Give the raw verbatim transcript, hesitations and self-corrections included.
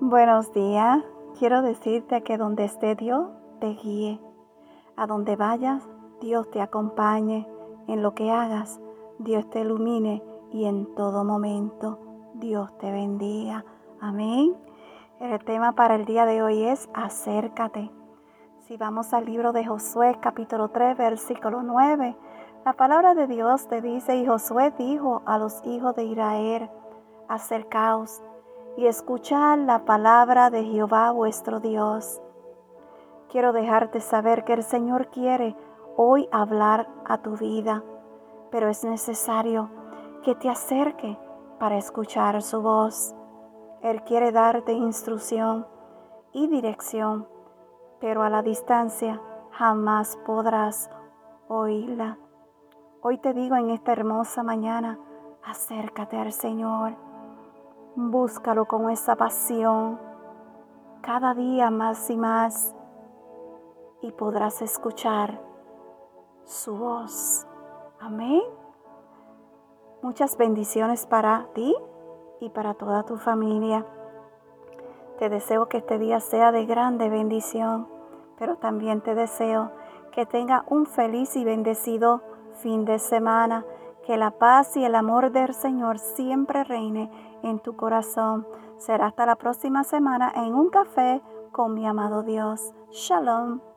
Buenos días. Quiero decirte que donde esté Dios, te guíe. A donde vayas, Dios te acompañe. En lo que hagas, Dios te ilumine y en todo momento, Dios te bendiga. Amén. El tema para el día de hoy es acércate. Si vamos al libro de Josué, capítulo tres, versículo nueve, la palabra de Dios te dice: y Josué dijo a los hijos de Israel: acercaos y escuchad la palabra de Jehová vuestro Dios. Quiero dejarte saber que el Señor quiere hoy hablar a tu vida, pero es necesario que te acerques para escuchar su voz. Él quiere darte instrucción y dirección, pero a la distancia jamás podrás oírla. Hoy te digo en esta hermosa mañana: acércate al Señor. Búscalo con esa pasión, cada día más y más, y podrás escuchar su voz. Amén. Muchas bendiciones para ti y para toda tu familia. Te deseo que este día sea de grande bendición, pero también te deseo que tenga un feliz y bendecido fin de semana. Que la paz y el amor del Señor siempre reine en tu corazón. Será hasta la próxima semana en un café con mi amado Dios. Shalom.